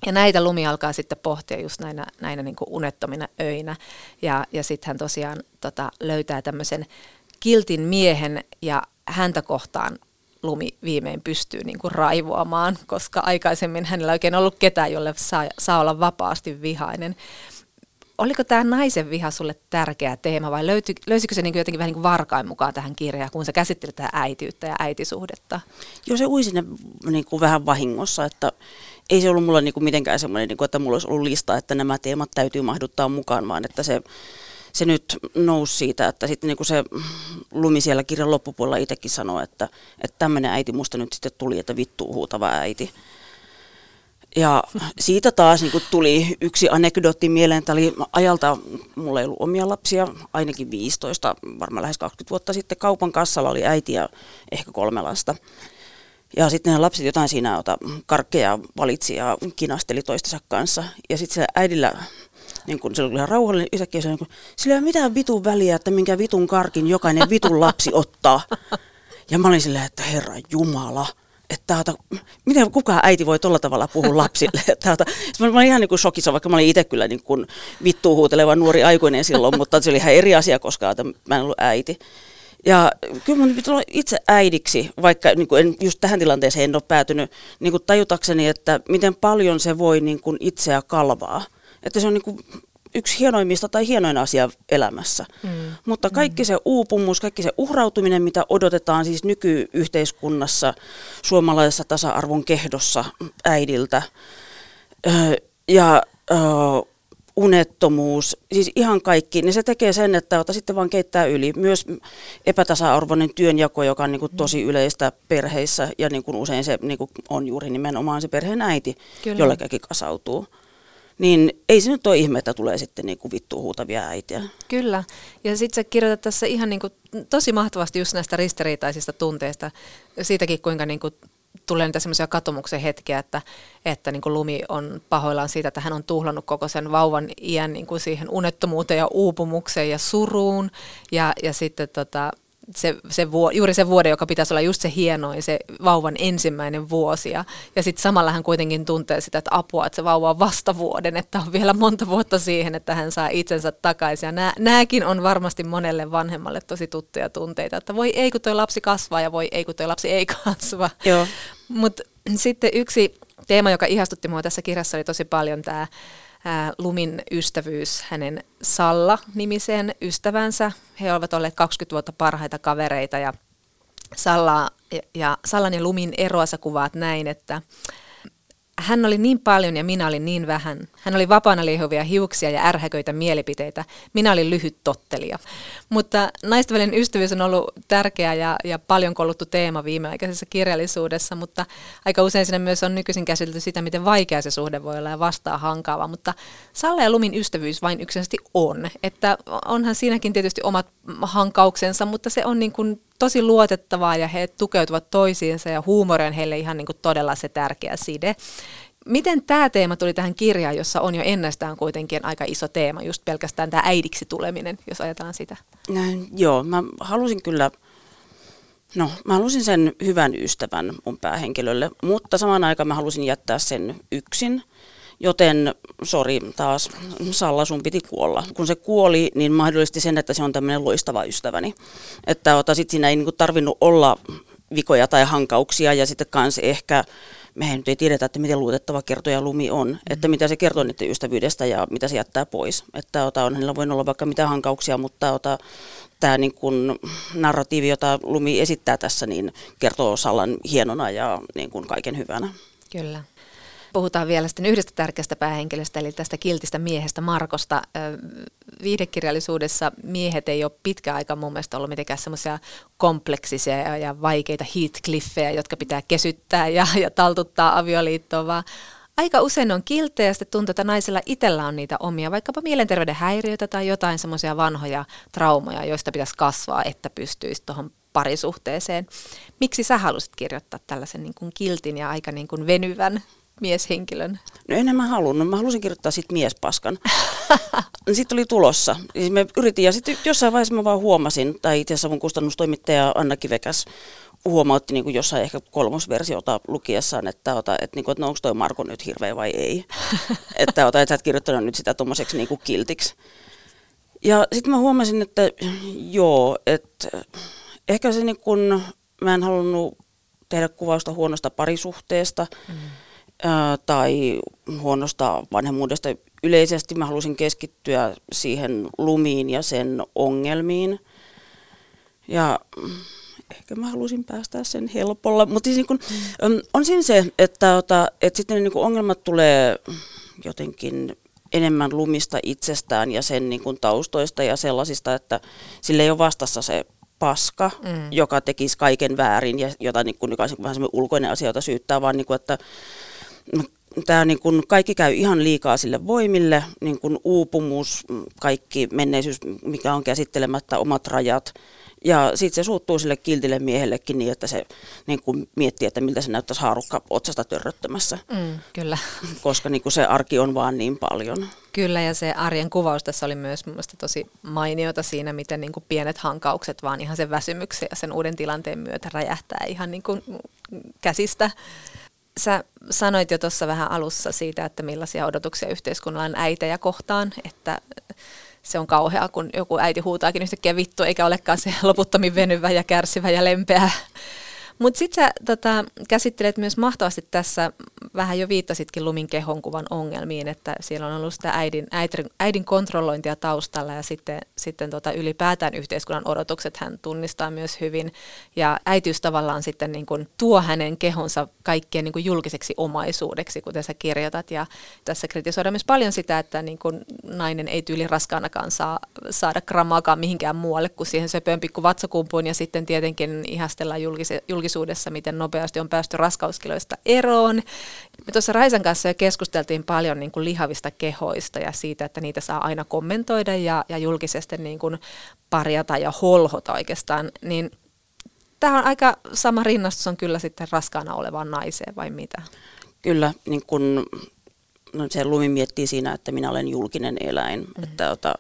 Ja näitä Lumi alkaa sitten pohtia just näinä, näinä niin kuin unettomina öinä. Ja, ja sitten hän tosiaan tota, löytää tämmöisen kiltin miehen ja häntä kohtaan Lumi viimein pystyy niin kuin raivoamaan, koska aikaisemmin hänellä ei oikein ollut ketään, jolle saa, saa olla vapaasti vihainen. Oliko tämä naisen viha sulle tärkeä teema vai löyty, löysikö se niin kuin jotenkin vähän niin kuin varkain mukaan tähän kirjaan, kun sä käsittelit tätä äitiyttä ja äitisuhdetta? Joo, se ui sinne niin kuin vähän vahingossa, että ei se ollut mulla niin kuin mitenkään semmoinen, niin kuin, että mulla olisi ollut lista, että nämä teemat täytyy mahduttaa mukaan, vaan että se, se nyt nousi siitä, että sitten niin kuin se Lumi siellä kirjan loppupuolella itsekin sanoi, että, että tämmöinen äiti musta nyt sitten tuli, että vittuu huutava äiti. Ja siitä taas niin kuin tuli yksi anekdootti mieleen, tämä oli ajalta, mulla ei ollut omia lapsia, ainakin viisitoista, varmaan lähes kaksikymmentä vuotta sitten, kaupan kassalla oli äiti ja ehkä kolme lasta. Ja sitten ne lapset jotain siinä ota, karkkeja valitsi ja kinasteli toistensa kanssa. Ja sitten sillä äidillä, niin kun se oli ihan rauhallinen, yhtäkkiä se oli, sillä ei ole mitään vitun väliä, että minkä vitun karkin jokainen vitun lapsi ottaa. Ja mä olin silleen, että Herra Jumala. Että ota, miten kukaan äiti voi tolla tavalla puhua lapsille? Että ota, mä olin ihan niin kuin shokissa, vaikka mä olin itse kyllä niin kuin vittuun huuteleva nuori aikuinen silloin, mutta se oli ihan eri asia, koska mä en ollut äiti. Ja kyllä mun pitää olla itse äidiksi, vaikka niin kuin en, just tähän tilanteeseen en ole päätynyt niin kuin tajutakseni, että miten paljon se voi niin kuin itseä kalvaa. Että se on niin kuin yksi hienoimmista tai hienoin asia elämässä. Mm. Mutta kaikki se uupumus, kaikki se uhrautuminen, mitä odotetaan siis nykyyhteiskunnassa, suomalaisessa tasa-arvon kehdossa äidiltä ja unettomuus, siis ihan kaikki, niin se tekee sen, että ota sitten vaan keittää yli. Myös epätasa-arvoinen työnjako, joka on niin kuin tosi yleistä perheissä ja niin kuin usein se niin kuin on juuri nimenomaan se perheen äiti, jollekin kasautuu. Niin ei se nyt ole ihme, että tulee sitten niin kuin vittuun huutavia äitiä. Kyllä. Ja sitten sä kirjoitat tässä ihan niin kuin tosi mahtavasti just näistä ristiriitaisista tunteista. Siitäkin, kuinka niin kuin tulee niitä semmoisia katumuksen hetkiä, että, että niin kuin Lumi on pahoillaan siitä, että hän on tuhlannut koko sen vauvan iän niin kuin siihen unettomuuteen ja uupumukseen ja suruun. Ja, ja sitten tota, se, se vuo, juuri se vuode, joka pitäisi olla just se hienoin, se vauvan ensimmäinen vuosi. Ja, ja sitten samalla hän kuitenkin tuntee sitä, että apua, että se vauva on vasta vuoden, että on vielä monta vuotta siihen, että hän saa itsensä takaisin. Ja nää, nääkin on varmasti monelle vanhemmalle tosi tuttuja tunteita, että voi ei kun toi lapsi kasvaa ja voi ei kun toi lapsi ei kasva. Joo. Mutta sitten yksi teema, joka ihastutti mua tässä kirjassa, oli tosi paljon tämä Lumin ystävyys hänen Salla-nimiseen ystävänsä. He ovat olleet kaksikymmentä vuotta parhaita kavereita ja, Salla, ja, ja Sallan ja Lumin eroa sä kuvaat näin, että hän oli niin paljon ja minä olin niin vähän. Hän oli vapaana liehuvia hiuksia ja ärhäköitä mielipiteitä. Minä olin lyhyt tottelija. Mutta naisten välinen ystävyys on ollut tärkeä ja, ja paljon kouluttu teema viimeaikaisessa kirjallisuudessa, mutta aika usein siinä myös on nykyisin käsitelty sitä, miten vaikea se suhde voi olla ja vastaa hankaava. Mutta Salla ja Lumin ystävyys vain yksinäisesti on. Että onhan siinäkin tietysti omat hankauksensa, mutta se on niin kuin tosi luotettavaa ja he tukeutuvat toisiinsa ja huumori on heille ihan niin kuin todella se tärkeä side. Miten tämä teema tuli tähän kirjaan, jossa on jo ennestään kuitenkin aika iso teema, just pelkästään tämä äidiksi tuleminen, jos ajatellaan sitä? No, joo, mä halusin kyllä, no mä halusin sen hyvän ystävän mun päähenkilölle, mutta samaan aikaan mä halusin jättää sen yksin. Joten, sori taas, Salla, sun piti kuolla. Kun se kuoli, niin mahdollisti sen, että se on tämmöinen loistava ystäväni. Että ota, sit siinä ei niinku tarvinnut olla vikoja tai hankauksia ja sitten kans ehkä, mehän nyt ei tiedetä, että miten luotettava kertoja Lumi on, mm-hmm. että mitä se kertoo niiden ystävyydestä ja mitä se jättää pois. Että ota, on hänellä voinut olla vaikka mitä hankauksia, mutta ota, tämä niin kun narratiivi, jota Lumi esittää tässä, niin kertoo Sallan hienona ja niin kun kaiken hyvänä. Kyllä. Puhutaan vielä sitten yhdestä tärkeästä päähenkilöstä, eli tästä kiltistä miehestä Markosta. Viihdekirjallisuudessa miehet ei ole pitkä aika mun mielestä ollut mitenkään semmoisia kompleksisia ja vaikeita Heathcliffejä, jotka pitää kesyttää ja, ja taltuttaa avioliittoon, vaan aika usein ne on kilttejä ja sitten tuntuu, että naisella itsellä on niitä omia, vaikkapa mielenterveyden häiriöitä tai jotain semmoisia vanhoja traumoja, joista pitäisi kasvaa, että pystyisi tuohon parisuhteeseen. Miksi sä halusit kirjoittaa tällaisen niin kuin kiltin ja aika niin kuin venyvän mieshenkilön? No en mä halunnut. Mä halusin kirjoittaa sit miespaskan. Sitten oli tulossa. Siis me yritin ja sitten jossain vaiheessa mä vaan huomasin, tai itse asiassa mun kustannustoimittaja Anna Kivekäs huomautti niin kuin jossain ehkä kolmosversiota lukiessaan, että, ota, että, niin kuin, että no, onko toi Marko nyt hirveä vai ei. että, ota, että sä et kirjoittanut nyt sitä tommoseksi niin kuin kiltiksi. Ja sitten mä huomasin, että joo, että ehkä se niin kuin, mä en halunnut tehdä kuvausta huonosta parisuhteesta mm. ää, tai huonosta vanhemmuudesta yleisesti. Mä halusin keskittyä siihen lumiin ja sen ongelmiin. Ja ehkä mä halusin päästää sen helpolla, mutta siis niin kun, mm. on siinä se, että, että sitten ne niin kun ongelmat tulee jotenkin enemmän lumista itsestään ja sen niin kun taustoista ja sellaisista, että sillä ei ole vastassa se paska, mm. joka tekisi kaiken väärin ja jota, niin kun, joka on vähän semmoinen ulkoinen asia, jota syyttää, vaan niin kun, että tämä niin kun kaikki käy ihan liikaa sille voimille, niin kun uupumus, kaikki menneisyys, mikä on käsittelemättä, omat rajat. Ja sitten se suuttuu sille kiltille miehellekin niin, että se niin kun miettii, että miltä se näyttäisi haarukka otsasta törröttämässä. Mm, kyllä. Koska niin kun se arki on vaan niin paljon. Kyllä, ja se arjen kuvaus tässä oli myös mun mielestä tosi mainiota siinä, miten niin kuin pienet hankaukset vaan ihan sen väsymyksen ja sen uuden tilanteen myötä räjähtää ihan niin kuin käsistä. Sä sanoit jo tuossa vähän alussa siitä, että millaisia odotuksia yhteiskunnalla on äitejä kohtaan, että se on kauheaa, kun joku äiti huutaakin yhtäkkiä vittu, eikä olekaan se loputtomin venyvä ja kärsivä ja lempeä. Mutta sitten sä tota, käsittelet myös mahtavasti tässä, vähän jo viittasitkin Lumin kehonkuvan ongelmiin, että siellä on ollut sitä äidin, äidin, äidin kontrollointia taustalla ja sitten, sitten tota, ylipäätään yhteiskunnan odotukset hän tunnistaa myös hyvin. Ja äitiys tavallaan sitten niin kun tuo hänen kehonsa kaikkien niin kun julkiseksi omaisuudeksi, kuten sä kirjoitat. Ja tässä kritisoidaan myös paljon sitä, että niin kun nainen ei tyyli raskaanakaan saa saada grammaakaan mihinkään muualle kuin siihen söpöön pikku vatsakumpuun ja sitten tietenkin ihastellaan julkise, julkisuudessa, miten nopeasti on päästy raskauskiloista eroon. Me tuossa Raisan kanssa jo keskusteltiin paljon niin kuin lihavista kehoista ja siitä, että niitä saa aina kommentoida ja, ja julkisesti niin kuin parjata ja holhota oikeastaan. Niin tämä on aika sama rinnastus on kyllä sitten raskaana olevaan naiseen vai mitä? Kyllä, niin kun, no se Lumi miettii siinä, että minä olen julkinen eläin, mm-hmm. että ota,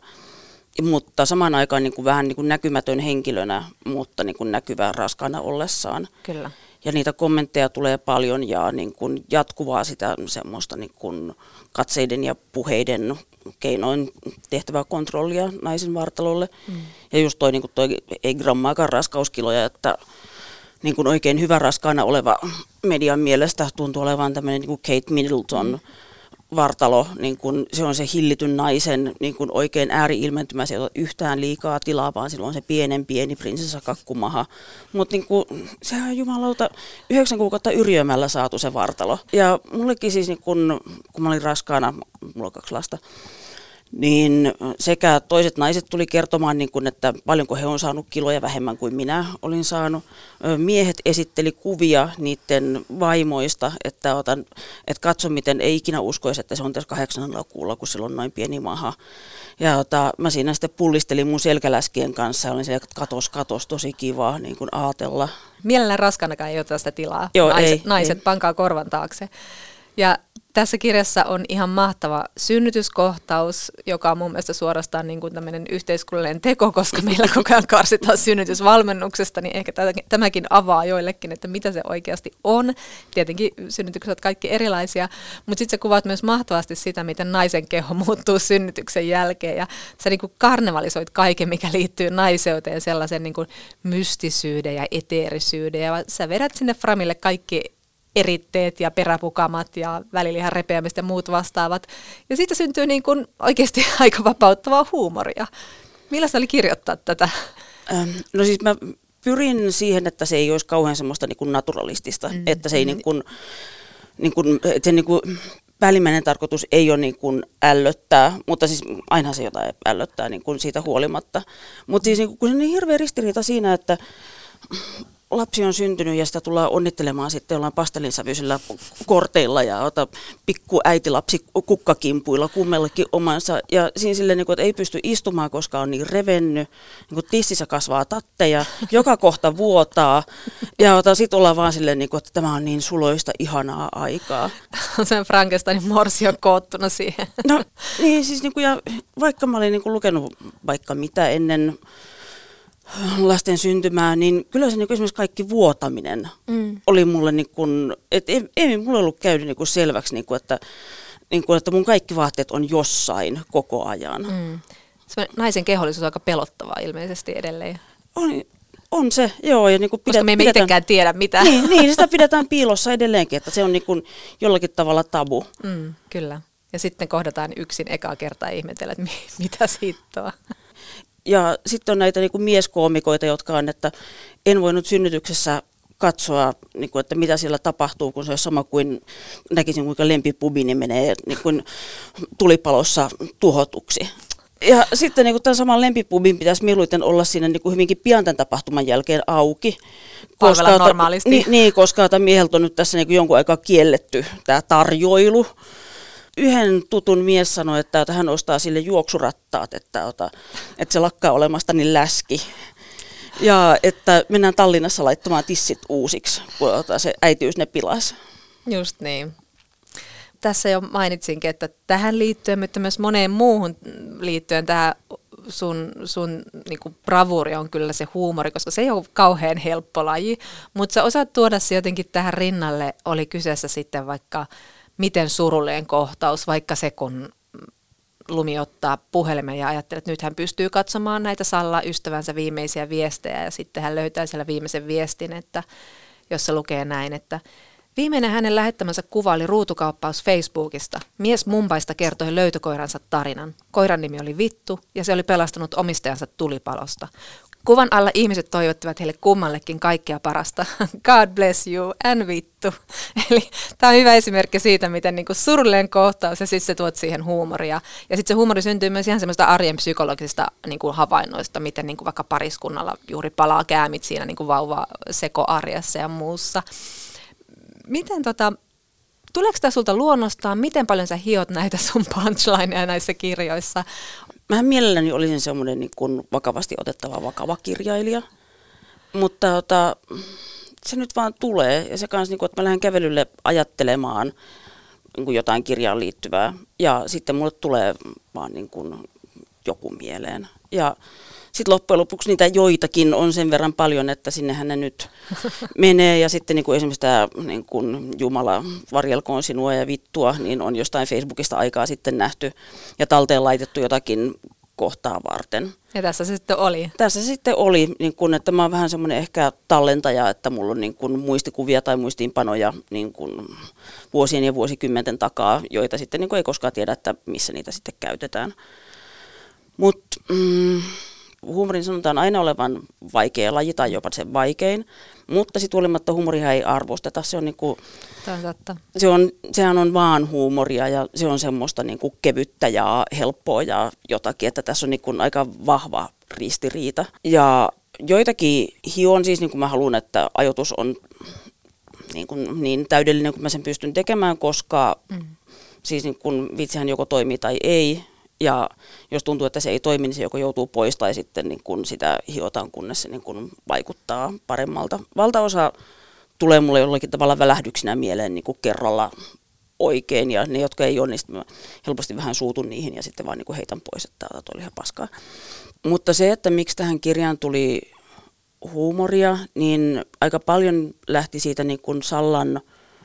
mutta samaan aikaan niin kuin vähän niin kuin näkymätön henkilönä, mutta niin kuin näkyvä raskaana ollessaan. Kyllä. Ja niitä kommentteja tulee paljon ja niin kuin jatkuvaa sitä semmoista niin kuin katseiden ja puheiden keinoin tehtävää kontrollia naisen vartalolle. Mm. Ja just toi, niin kuin toi ei grammaakaan raskauskiloja, että niin kuin oikein hyvä raskaana oleva median mielestä tuntuu olevan tämmöinen niin kuin Kate Middleton, mm. vartalo, niin kun se on se hillityn naisen niin kun oikein ääri-ilmentymä, se ei ole yhtään liikaa tilaa, vaan silloin on se pienen pieni prinsessakakkumaha. Mutta niin sehän on jumalauta yhdeksän kuukautta Yrjömällä saatu se vartalo. Ja mullekin siis, niin kun, kun mä olin raskaana, mulla on kaksi lasta, niin sekä toiset naiset tuli kertomaan, niin kun, että paljonko he on saanut kiloja vähemmän kuin minä olin saanut. Miehet esitteli kuvia niiden vaimoista, että, otan, että katso miten ei ikinä uskoisi, että se on tässä kahdeksannella kuulla, kun sillä on noin pieni maha. Ja ota, mä siinä sitten pullistelin mun selkäläskien kanssa ja olin siellä, että katos, katos, tosi kiva niin kuin aatella. Mielellään raskanakaan ei ole tästä tilaa. Joo, naiset ei, naiset ei. Pankaa korvan taakse. Ja tässä kirjassa on ihan mahtava synnytyskohtaus, joka on mun mielestä suorastaan niin kuin tämmöinen yhteiskunnallinen teko, koska meillä koko ajan karsitaan synnytysvalmennuksesta, niin ehkä tämäkin avaa joillekin, että mitä se oikeasti on. Tietenkin synnytykset ovat kaikki erilaisia, mutta sitten sä kuvaat myös mahtavasti sitä, miten naisen keho muuttuu synnytyksen jälkeen, ja sä niin kuin karnevalisoit kaiken, mikä liittyy naiseuteen, sellaisen niin kuin mystisyyden ja eteerisyyden, ja sä vedät sinne framille kaikki eritteet ja peräpukamat ja välilihan repeämistä ja muut vastaavat. Ja siitä syntyy niin kuin oikeasti aika vapauttavaa huumoria. Millaista oli kirjoittaa tätä? Ähm, no siis mä pyrin siihen, että se ei olisi kauhean semmoista niin kuin naturalistista, mm-hmm. että se ei niin kuin, niin kuin, että se niin kuin välimmäinen tarkoitus ei ole niin kuin ällöttää, mutta siis aina se jotain ällöttää niin kuin siitä huolimatta. Mutta siis niin kun se on niin hirveä ristiriita siinä, että lapsi on syntynyt ja sitä tullaan onnittelemaan sitten jollain pastelinsävyisillä korteilla ja ota pikku äitilapsi kukkakimpuilla kummellakin omansa. Ja siinä silleen, että ei pysty istumaan, koska on niin revennyt, niin tississä kasvaa tatteja, joka kohta vuotaa. Ja sitten ollaan vaan silleen, että tämä on niin suloista, ihanaa aikaa. Sen Frankensteinin morsi on koottuna siihen. No niin, siis niin kuin, ja vaikka mä olin niin kuin lukenut vaikka mitä ennen lasten syntymää, niin kyllä se niin kuin esimerkiksi kaikki vuotaminen mm. oli mulle, niin kuin, että ei, ei mulle ollut käynyt niin kuin selväksi, niin kuin, että, niin kuin, että mun kaikki vaatteet on jossain koko ajan. Mm. Naisen kehollisuus on aika pelottavaa ilmeisesti edelleen. On, on se, joo. Ja niin kuin Koska me emme pidetään, itsekään tiedä mitä. Niin, niin, sitä pidetään piilossa edelleenkin, että se on niin kuin jollakin tavalla tabu. Mm, kyllä. Ja sitten kohdataan yksin ekaa kertaa ja ihmetellä, että mitä siitä on. Ja sitten on näitä niin kuin mieskoomikoita, jotka on, että en voinut synnytyksessä katsoa, niin kuin, että mitä siellä tapahtuu, kun se on sama kuin näkisin, kuinka lempipubini menee niin kuin tulipalossa tuhotuksi. Ja sitten niin kuin tämän saman lempipubin pitäisi mieluiten olla siinä niin kuin hyvinkin pian tämän tapahtuman jälkeen auki. Koska normaalisti. Niin, niin, koska tämä mieheltä on nyt tässä niin kuin jonkun aikaa kielletty tämä tarjoilu. Yhden tutun mies sanoi, että hän ostaa sille juoksurattaat, että, että se lakkaa olemasta niin läski. Ja että mennään Tallinnassa laittamaan tissit uusiksi, kun se äitiys ne pilasi. Just niin. Tässä jo mainitsinkin, että tähän liittyen, mutta myös moneen muuhun liittyen tähän sun, sun niin kuin bravuuri on kyllä se huumori, koska se ei ole kauhean helppo laji, mutta sä osaat tuoda se jotenkin tähän rinnalle, oli kyseessä sitten vaikka miten surullinen kohtaus, vaikka se kun Lumi ottaa puhelimen ja ajattelee, että nyt hän pystyy katsomaan näitä Salla ystävänsä viimeisiä viestejä ja sitten hän löytää siellä viimeisen viestin, että jossa lukee näin, että viimeinen hänen lähettämänsä kuva oli ruutukauppaus Facebookista. Mies Mumbaista kertoi löytökoiransa tarinan. Koiran nimi oli Vittu ja se oli pelastanut omistajansa tulipalosta. Kuvan alla ihmiset toivottivat heille kummallekin kaikkea parasta. God bless you and Vittu. Eli tämä on hyvä esimerkki siitä, miten niinku surullinen kohtaus ja sitten se tuot siihen huumoria. Ja sitten se huumori syntyy myös ihan semmoista arjen psykologisista niinku havainnoista, miten niinku vaikka pariskunnalla juuri palaa käämit siinä niinku vauva-sekoarjessa ja muussa. Miten tota, tuleeko tämä sulta luonnostaan? Miten paljon sä hiot näitä sun punchlineja näissä kirjoissa? Mähän mielelläni olisin semmoinen niin kuin vakavasti otettava vakava kirjailija, mutta ota, se nyt vaan tulee. Ja se kanssa, niin kuin, että mä lähden kävelylle ajattelemaan niin kuin jotain kirjaan liittyvää ja sitten mulle tulee vaan niin kuin joku mieleen. Ja sitten loppujen lopuksi niitä joitakin on sen verran paljon, että sinnehän ne nyt menee. Ja sitten niin kuin esimerkiksi tämä niin kuin Jumala varjelkoon sinua ja vittua, niin on jostain Facebookista aikaa sitten nähty ja talteen laitettu jotakin kohtaa varten. Ja tässä se sitten oli? Tässä se sitten oli, niin kun, että mä oon vähän semmoinen ehkä tallentaja, että mulla on niin kun muistikuvia tai muistiinpanoja niin kun vuosien ja vuosikymmenten takaa, joita sitten niin kun ei koskaan tiedä, että missä niitä sitten käytetään. Mutta mm, huumorin sanotaan aina olevan vaikea laji tai jopa se vaikein, mutta sitten huolimatta huumoria ei arvosteta. Se on niinku, se on, sehän on vaan huumoria ja se on semmoista niinku kevyttä ja helppoa ja jotakin, että tässä on niinku aika vahva ristiriita. Ja joitakin hion siis, niin kuin mä haluan, että ajoitus on niin, kuin niin täydellinen kuin mä sen pystyn tekemään, koska mm. siis niin kuin vitsihän joko toimii tai ei. Ja jos tuntuu, että se ei toimi, niin se joko joutuu pois tai sitten niin kun sitä hiotaan, kunnes se niin kun vaikuttaa paremmalta. Valtaosa tulee mulle jollakin tavalla välähdyksinä mieleen niin kun kerralla oikein, ja ne, jotka ei ole, niin mä helposti vähän suutun niihin ja sitten vaan niin kun heitän pois, että tämä oli ihan paskaa. Mutta se, että miksi tähän kirjaan tuli huumoria, niin aika paljon lähti siitä niin kun Sallan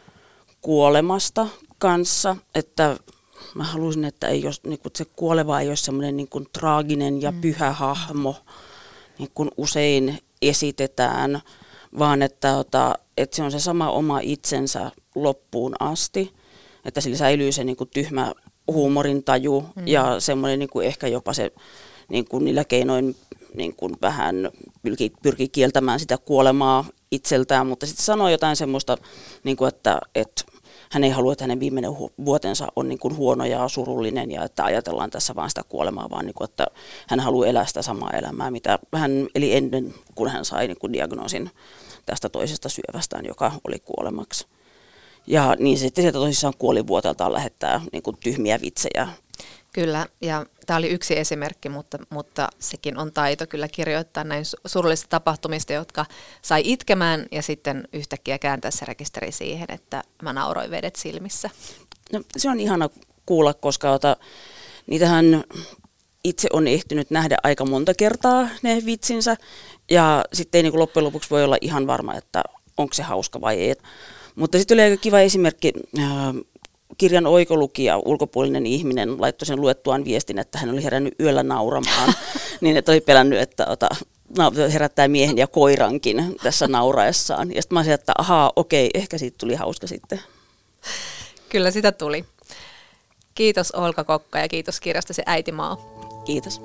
kuolemasta kanssa, että mä halusin, että ei jos, niin se kuoleva ei ole semmoinen niin kuin traaginen ja pyhä hahmo, niin kuin usein esitetään, vaan että, että se on se sama oma itsensä loppuun asti, että sillä säilyy se niin kuin tyhmä huumorintaju mm. ja semmoinen niin kuin ehkä jopa se niin kuin niillä keinoin niin kuin vähän pyrkii, pyrkii kieltämään sitä kuolemaa itseltään, mutta sitten sanoo jotain semmoista, niin kuin että, että hän ei halua, että hänen viimeinen vuotensa on niin kuin huono ja surullinen ja että ajatellaan tässä vaan sitä kuolemaa, vaan niin kuin, että hän haluaa elää sitä samaa elämää, mitä hän eli ennen kuin hän sai niin kuin diagnoosin tästä toisesta syövästään, joka oli kuolemaksi. Ja niin sitten sieltä tosissaan kuolivuoteltaan lähettää niin kuin tyhmiä vitsejä. Kyllä, ja tämä oli yksi esimerkki, mutta, mutta sekin on taito kyllä kirjoittaa näin surullisista tapahtumista, jotka sai itkemään ja sitten yhtäkkiä kääntää se rekisteri siihen, että mä nauroin vedet silmissä. No, se on ihana kuulla, koska ota, niitähän itse on ehtinyt nähdä aika monta kertaa ne vitsinsä Ja sitten ei niin kuin loppujen lopuksi voi olla ihan varma, että onko se hauska vai ei. Mutta sitten oli aika kiva esimerkki. Kirjan oikolukija, ulkopuolinen ihminen, laittoi sen luettuaan viestin, että hän oli herännyt yöllä nauramaan. Niin että oli pelännyt, että ota, herättää miehen ja koirankin tässä nauraessaan. Ja sitten mä olisin, että ahaa, okei, ehkä siitä tuli hauska sitten. Kyllä sitä tuli. Kiitos Olka Kokka ja kiitos kirjastasi Äitimaa. Kiitos.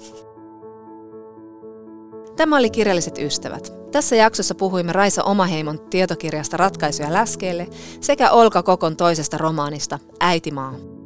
Tämä oli Kirjalliset ystävät. Tässä jaksossa puhuimme Raisa Omaheimon tietokirjasta Ratkaisuja läskeille sekä Olka Kokon toisesta romaanista Äitimaa.